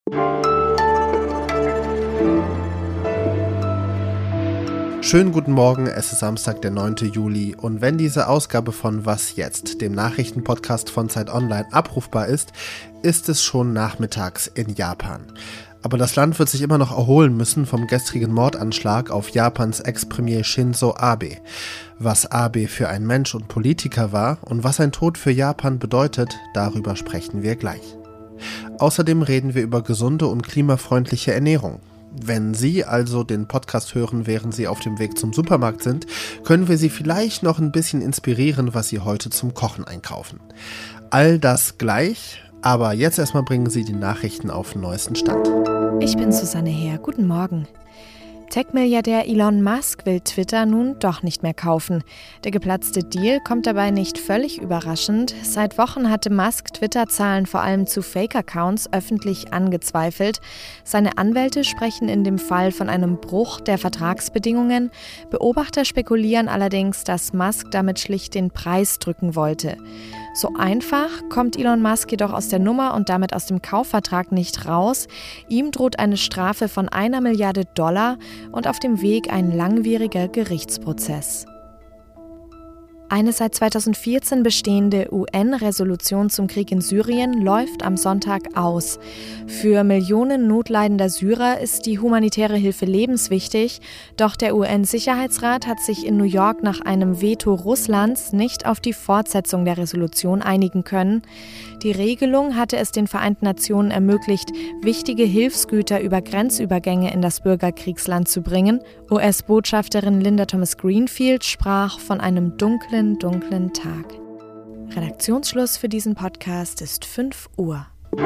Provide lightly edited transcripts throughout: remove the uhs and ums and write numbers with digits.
Schönen guten Morgen, es ist Samstag, der 9. Juli und wenn diese Ausgabe von Was jetzt, dem Nachrichtenpodcast von Zeit Online, abrufbar ist, ist es schon nachmittags in Japan. Aber das Land wird sich immer noch erholen müssen vom gestrigen Mordanschlag auf Japans Ex-Premier Shinzo Abe. Was Abe für ein Mensch und Politiker war und was sein Tod für Japan bedeutet, darüber sprechen wir gleich. Außerdem reden wir über gesunde und klimafreundliche Ernährung. Wenn Sie also den Podcast hören, während Sie auf dem Weg zum Supermarkt sind, können wir Sie vielleicht noch ein bisschen inspirieren, was Sie heute zum Kochen einkaufen. All das gleich, aber jetzt erstmal bringen Sie die Nachrichten auf den neuesten Stand. Ich bin Susanne Heer, guten Morgen. Tech-Milliardär Elon Musk will Twitter nun doch nicht mehr kaufen. Der geplatzte Deal kommt dabei nicht völlig überraschend. Seit Wochen hatte Musk Twitter-Zahlen vor allem zu Fake-Accounts öffentlich angezweifelt. Seine Anwälte sprechen in dem Fall von einem Bruch der Vertragsbedingungen. Beobachter spekulieren allerdings, dass Musk damit schlicht den Preis drücken wollte. So einfach kommt Elon Musk jedoch aus der Nummer und damit aus dem Kaufvertrag nicht raus. Ihm droht eine Strafe von $1 Milliarde und auf dem Weg ein langwieriger Gerichtsprozess. Eine seit 2014 bestehende UN-Resolution zum Krieg in Syrien läuft am Sonntag aus. Für Millionen notleidender Syrer ist die humanitäre Hilfe lebenswichtig, doch der UN-Sicherheitsrat hat sich in New York nach einem Veto Russlands nicht auf die Fortsetzung der Resolution einigen können. Die Regelung hatte es den Vereinten Nationen ermöglicht, wichtige Hilfsgüter über Grenzübergänge in das Bürgerkriegsland zu bringen. US-Botschafterin Linda Thomas-Greenfield sprach von einem dunklen Tag. Redaktionsschluss für diesen Podcast ist 5 Uhr.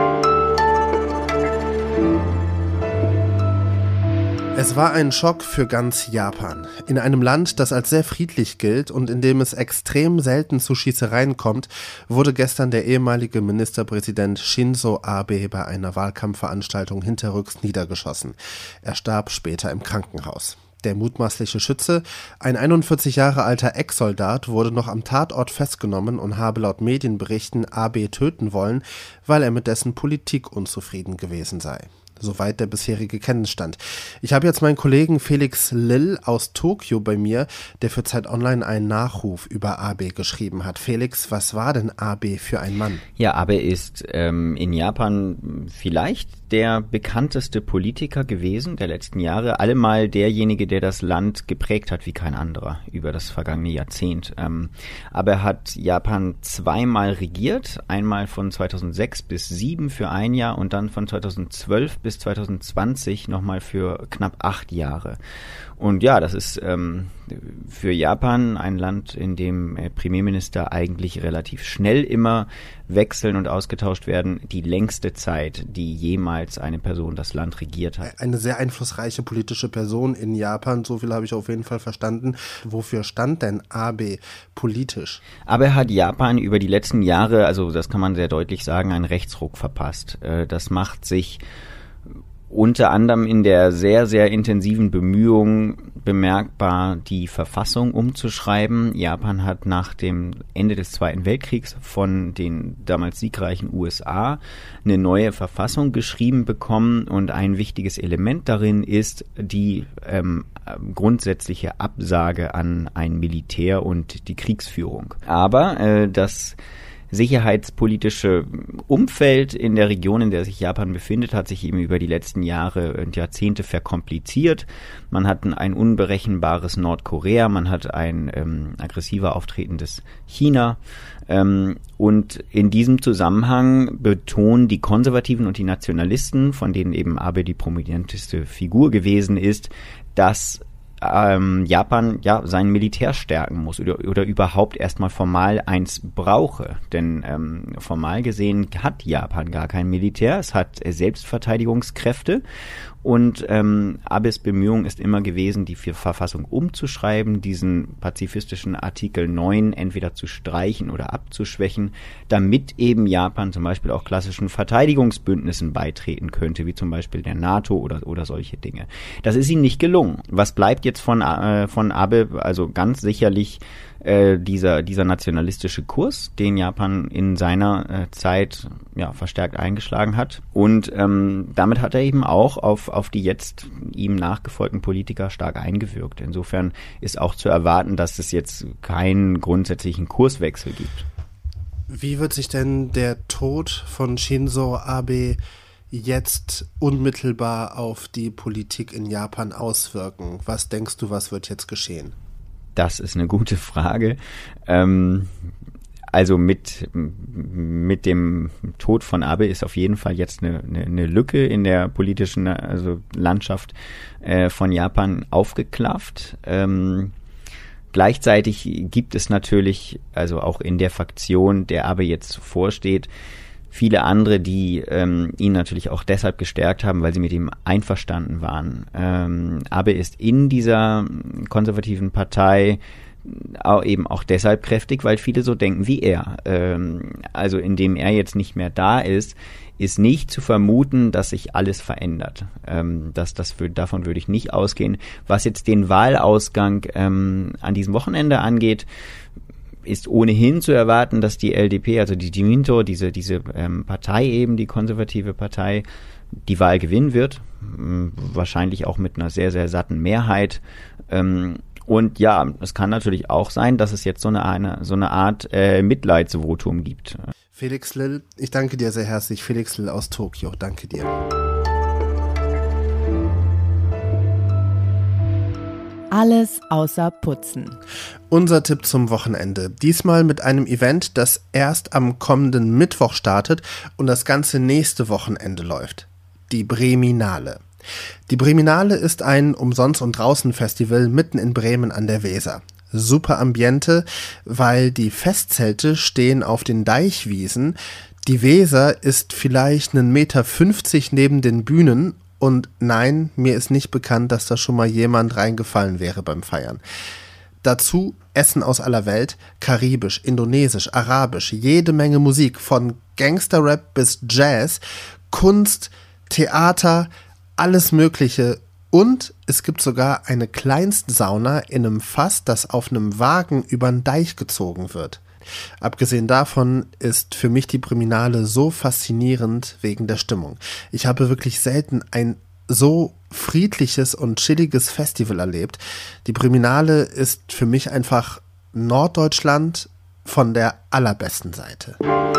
Es war ein Schock für ganz Japan. In einem Land, das als sehr friedlich gilt und in dem es extrem selten zu Schießereien kommt, wurde gestern der ehemalige Ministerpräsident Shinzo Abe bei einer Wahlkampfveranstaltung hinterrücks niedergeschossen. Er starb später im Krankenhaus. Der mutmaßliche Schütze, ein 41 Jahre alter Ex-Soldat, wurde noch am Tatort festgenommen und habe laut Medienberichten Abe töten wollen, weil er mit dessen Politik unzufrieden gewesen sei. Soweit der bisherige Kenntnisstand. Ich habe jetzt meinen Kollegen Felix Lill aus Tokio bei mir, der für Zeit Online einen Nachruf über Abe geschrieben hat. Felix, was war denn Abe für ein Mann? Ja, Abe ist in Japan vielleicht der bekannteste Politiker gewesen der letzten Jahre. Allemal derjenige, der das Land geprägt hat wie kein anderer über das vergangene Jahrzehnt. Aber er hat Japan zweimal regiert. Einmal von 2006 bis 2007 für ein Jahr und dann von 2012 bis 2020 nochmal für knapp 8 Jahre. Und ja, das ist für Japan ein Land, in dem Premierminister eigentlich relativ schnell immer wechseln und ausgetauscht werden, die längste Zeit, die jemals eine Person das Land regiert hat. Eine sehr einflussreiche politische Person in Japan, so viel habe ich auf jeden Fall verstanden. Wofür stand denn Abe politisch? Abe hat Japan über die letzten Jahre, also das kann man sehr deutlich sagen, einen Rechtsruck verpasst. Das macht sich unter anderem in der sehr, sehr intensiven Bemühung bemerkbar, die Verfassung umzuschreiben. Japan hat nach dem Ende des Zweiten Weltkriegs von den damals siegreichen USA eine neue Verfassung geschrieben bekommen und ein wichtiges Element darin ist die grundsätzliche Absage an ein Militär und die Kriegsführung. Aber das sicherheitspolitische Umfeld in der Region, in der sich Japan befindet, hat sich eben über die letzten Jahre und Jahrzehnte verkompliziert. Man hat ein unberechenbares Nordkorea, man hat ein aggressiver auftretendes China. Und in diesem Zusammenhang betonen die Konservativen und die Nationalisten, von denen eben Abe die prominenteste Figur gewesen ist, dass Japan ja sein Militär stärken muss oder überhaupt erstmal formal eins brauche. Denn formal gesehen hat Japan gar kein Militär, es hat Selbstverteidigungskräfte und Abes Bemühung ist immer gewesen, die Verfassung umzuschreiben, diesen pazifistischen Artikel 9 entweder zu streichen oder abzuschwächen, damit eben Japan zum Beispiel auch klassischen Verteidigungsbündnissen beitreten könnte, wie zum Beispiel der NATO oder solche Dinge. Das ist ihnen nicht gelungen. Was bleibt jetzt jetzt von Abe also ganz sicherlich dieser nationalistische Kurs, den Japan in seiner Zeit verstärkt eingeschlagen hat. Und damit hat er eben auch auf die jetzt ihm nachgefolgten Politiker stark eingewirkt. Insofern ist auch zu erwarten, dass es jetzt keinen grundsätzlichen Kurswechsel gibt. Wie wird sich denn der Tod von Shinzo Abe jetzt unmittelbar auf die Politik in Japan auswirken? Was denkst du, was wird jetzt geschehen? Das ist eine gute Frage. Also mit dem Tod von Abe ist auf jeden Fall jetzt eine Lücke in der politischen Landschaft von Japan aufgeklafft. Gleichzeitig gibt es natürlich, also auch in der Fraktion, der Abe jetzt vorsteht, viele andere, die ihn natürlich auch deshalb gestärkt haben, weil sie mit ihm einverstanden waren. Abe ist in dieser konservativen Partei eben auch deshalb kräftig, weil viele so denken wie er. Also indem er jetzt nicht mehr da ist nicht zu vermuten, dass sich alles verändert. Davon würde ich nicht ausgehen. Was jetzt den Wahlausgang an diesem Wochenende angeht, ist ohnehin zu erwarten, dass die LDP, also die Jiminto, diese Partei eben, die konservative Partei, die Wahl gewinnen wird. Wahrscheinlich auch mit einer sehr, sehr satten Mehrheit. Und ja, es kann natürlich auch sein, dass es jetzt so eine Art Mitleidsvotum gibt. Felix Lill, ich danke dir sehr herzlich. Felix Lill aus Tokio, danke dir. Alles außer Putzen. Unser Tipp zum Wochenende. Diesmal mit einem Event, das erst am kommenden Mittwoch startet und das ganze nächste Wochenende läuft. Die Breminale. Die Breminale ist ein Umsonst- und Draußen-Festival mitten in Bremen an der Weser. Super Ambiente, weil die Festzelte stehen auf den Deichwiesen. Die Weser ist vielleicht 1,50 Meter neben den Bühnen. Und nein, mir ist nicht bekannt, dass da schon mal jemand reingefallen wäre beim Feiern. Dazu Essen aus aller Welt, karibisch, indonesisch, arabisch, jede Menge Musik, von Gangsterrap bis Jazz, Kunst, Theater, alles Mögliche. Und es gibt sogar eine Kleinstsauna in einem Fass, das auf einem Wagen über den Deich gezogen wird. Abgesehen davon ist für mich die Breminale so faszinierend wegen der Stimmung. Ich habe wirklich selten ein so friedliches und chilliges Festival erlebt. Die Breminale ist für mich einfach Norddeutschland von der allerbesten Seite.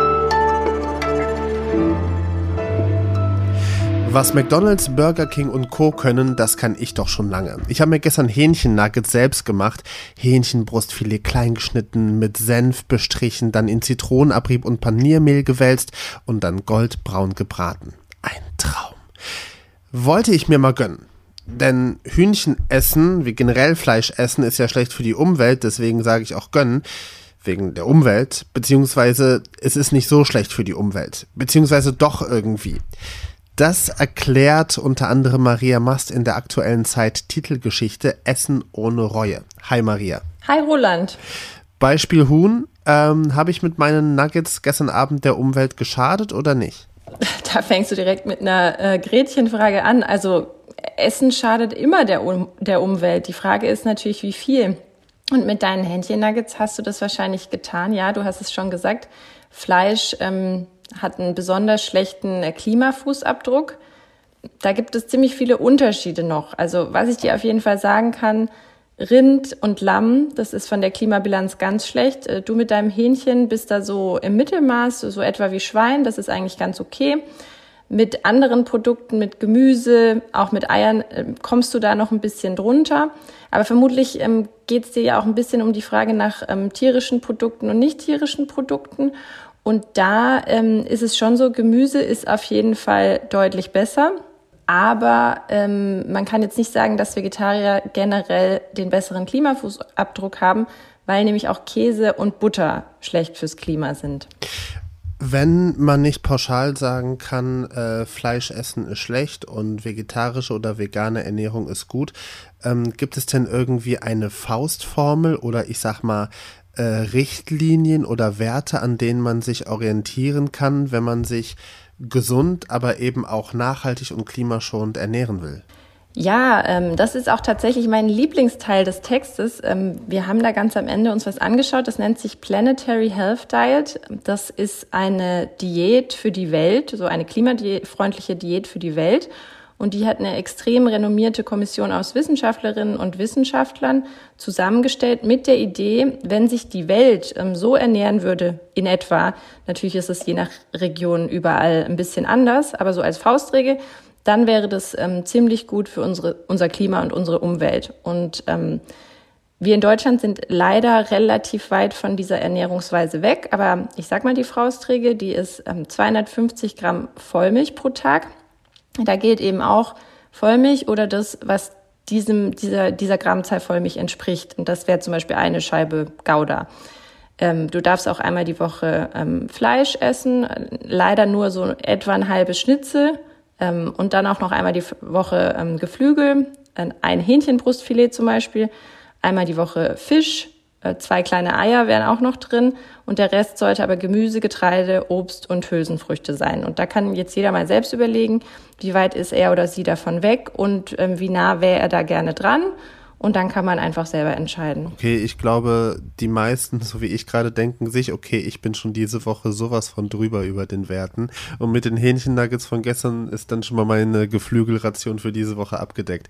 Was McDonald's, Burger King und Co. können, das kann ich doch schon lange. Ich habe mir gestern Hähnchen-Nuggets selbst gemacht. Hähnchenbrustfilet klein geschnitten, mit Senf bestrichen, dann in Zitronenabrieb und Paniermehl gewälzt und dann goldbraun gebraten. Ein Traum. Wollte ich mir mal gönnen. Denn Hühnchen essen, wie generell Fleisch essen, ist ja schlecht für die Umwelt, deswegen sage ich auch gönnen. Wegen der Umwelt, beziehungsweise es ist nicht so schlecht für die Umwelt. Beziehungsweise doch irgendwie. Das erklärt unter anderem Maria Mast in der aktuellen Zeit Titelgeschichte Essen ohne Reue. Hi Maria. Hi Roland. Beispiel Huhn, habe ich mit meinen Nuggets gestern Abend der Umwelt geschadet oder nicht? Da fängst du direkt mit einer Gretchenfrage an. Also Essen schadet immer der Umwelt. Die Frage ist natürlich, wie viel. Und mit deinen Hähnchen-Nuggets hast du das wahrscheinlich getan. Ja, du hast es schon gesagt. Fleisch hat einen besonders schlechten Klimafußabdruck. Da gibt es ziemlich viele Unterschiede noch. Also was ich dir auf jeden Fall sagen kann, Rind und Lamm, das ist von der Klimabilanz ganz schlecht. Du mit deinem Hähnchen bist da so im Mittelmaß, so etwa wie Schwein, das ist eigentlich ganz okay. Mit anderen Produkten, mit Gemüse, auch mit Eiern, kommst du da noch ein bisschen drunter. Aber vermutlich geht es dir ja auch ein bisschen um die Frage nach tierischen Produkten und nicht tierischen Produkten. Und da ist es schon so, Gemüse ist auf jeden Fall deutlich besser. Aber man kann jetzt nicht sagen, dass Vegetarier generell den besseren Klimafußabdruck haben, weil nämlich auch Käse und Butter schlecht fürs Klima sind. Wenn man nicht pauschal sagen kann, Fleisch essen ist schlecht und vegetarische oder vegane Ernährung ist gut, gibt es denn irgendwie eine Faustformel oder ich sag mal Richtlinien oder Werte, an denen man sich orientieren kann, wenn man sich gesund, aber eben auch nachhaltig und klimaschonend ernähren will? Ja, das ist auch tatsächlich mein Lieblingsteil des Textes. Wir haben da ganz am Ende uns was angeschaut, das nennt sich Planetary Health Diet. Das ist eine Diät für die Welt, so eine klimafreundliche Diät für die Welt. Und die hat eine extrem renommierte Kommission aus Wissenschaftlerinnen und Wissenschaftlern zusammengestellt mit der Idee, wenn sich die Welt so ernähren würde, in etwa, natürlich ist es je nach Region überall ein bisschen anders, aber so als Faustregel, dann wäre das ziemlich gut für unser Klima und unsere Umwelt. Und wir in Deutschland sind leider relativ weit von dieser Ernährungsweise weg. Aber ich sag mal die Faustregel, die ist 250 Gramm Vollmilch pro Tag. Da gilt eben auch Vollmilch oder das, was dieser Grammzahl Vollmilch entspricht. Und das wäre zum Beispiel eine Scheibe Gouda. Du darfst auch einmal die Woche Fleisch essen, leider nur so etwa ein halbes Schnitzel. Und dann auch noch einmal die Woche Geflügel, ein Hähnchenbrustfilet zum Beispiel, einmal die Woche Fisch, 2 kleine Eier wären auch noch drin und der Rest sollte aber Gemüse, Getreide, Obst und Hülsenfrüchte sein. Und da kann jetzt jeder mal selbst überlegen, wie weit ist er oder sie davon weg und wie nah wäre er da gerne dran. Und dann kann man einfach selber entscheiden. Okay, ich glaube, die meisten, so wie ich gerade, denken sich, okay, ich bin schon diese Woche sowas von drüber über den Werten. Und mit den Hähnchennuggets von gestern ist dann schon mal meine Geflügelration für diese Woche abgedeckt.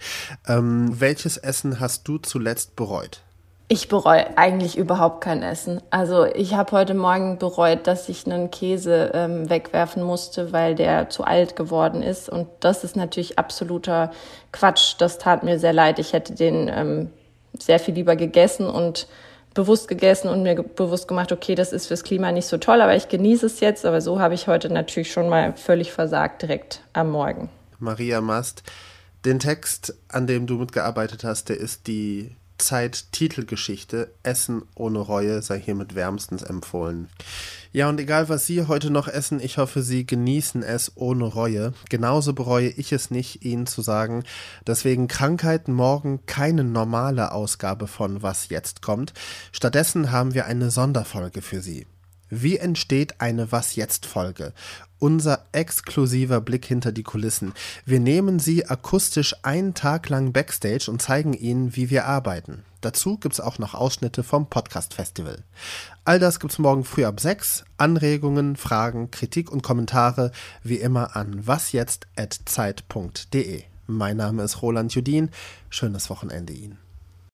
Welches Essen hast du zuletzt bereut? Ich bereue eigentlich überhaupt kein Essen. Also ich habe heute Morgen bereut, dass ich einen Käse wegwerfen musste, weil der zu alt geworden ist. Und das ist natürlich absoluter Quatsch. Das tat mir sehr leid. Ich hätte den sehr viel lieber gegessen und bewusst gegessen und mir bewusst gemacht, okay, das ist fürs Klima nicht so toll, aber ich genieße es jetzt. Aber so habe ich heute natürlich schon mal völlig versagt direkt am Morgen. Maria Mast, den Text, an dem du mitgearbeitet hast, der ist die Zeit-Titelgeschichte Essen ohne Reue sei hiermit wärmstens empfohlen. Ja, und egal was Sie heute noch essen, ich hoffe, Sie genießen es ohne Reue. Genauso bereue ich es nicht, Ihnen zu sagen, dass wegen Krankheiten morgen keine normale Ausgabe von Was jetzt kommt. Stattdessen haben wir eine Sonderfolge für Sie. Wie entsteht eine Was-Jetzt-Folge? Unser exklusiver Blick hinter die Kulissen. Wir nehmen Sie akustisch einen Tag lang Backstage und zeigen Ihnen, wie wir arbeiten. Dazu gibt's auch noch Ausschnitte vom Podcast-Festival. All das gibt's morgen früh ab 6. Anregungen, Fragen, Kritik und Kommentare wie immer an wasjetzt@zeit.de. Mein Name ist Roland Judin. Schönes Wochenende Ihnen.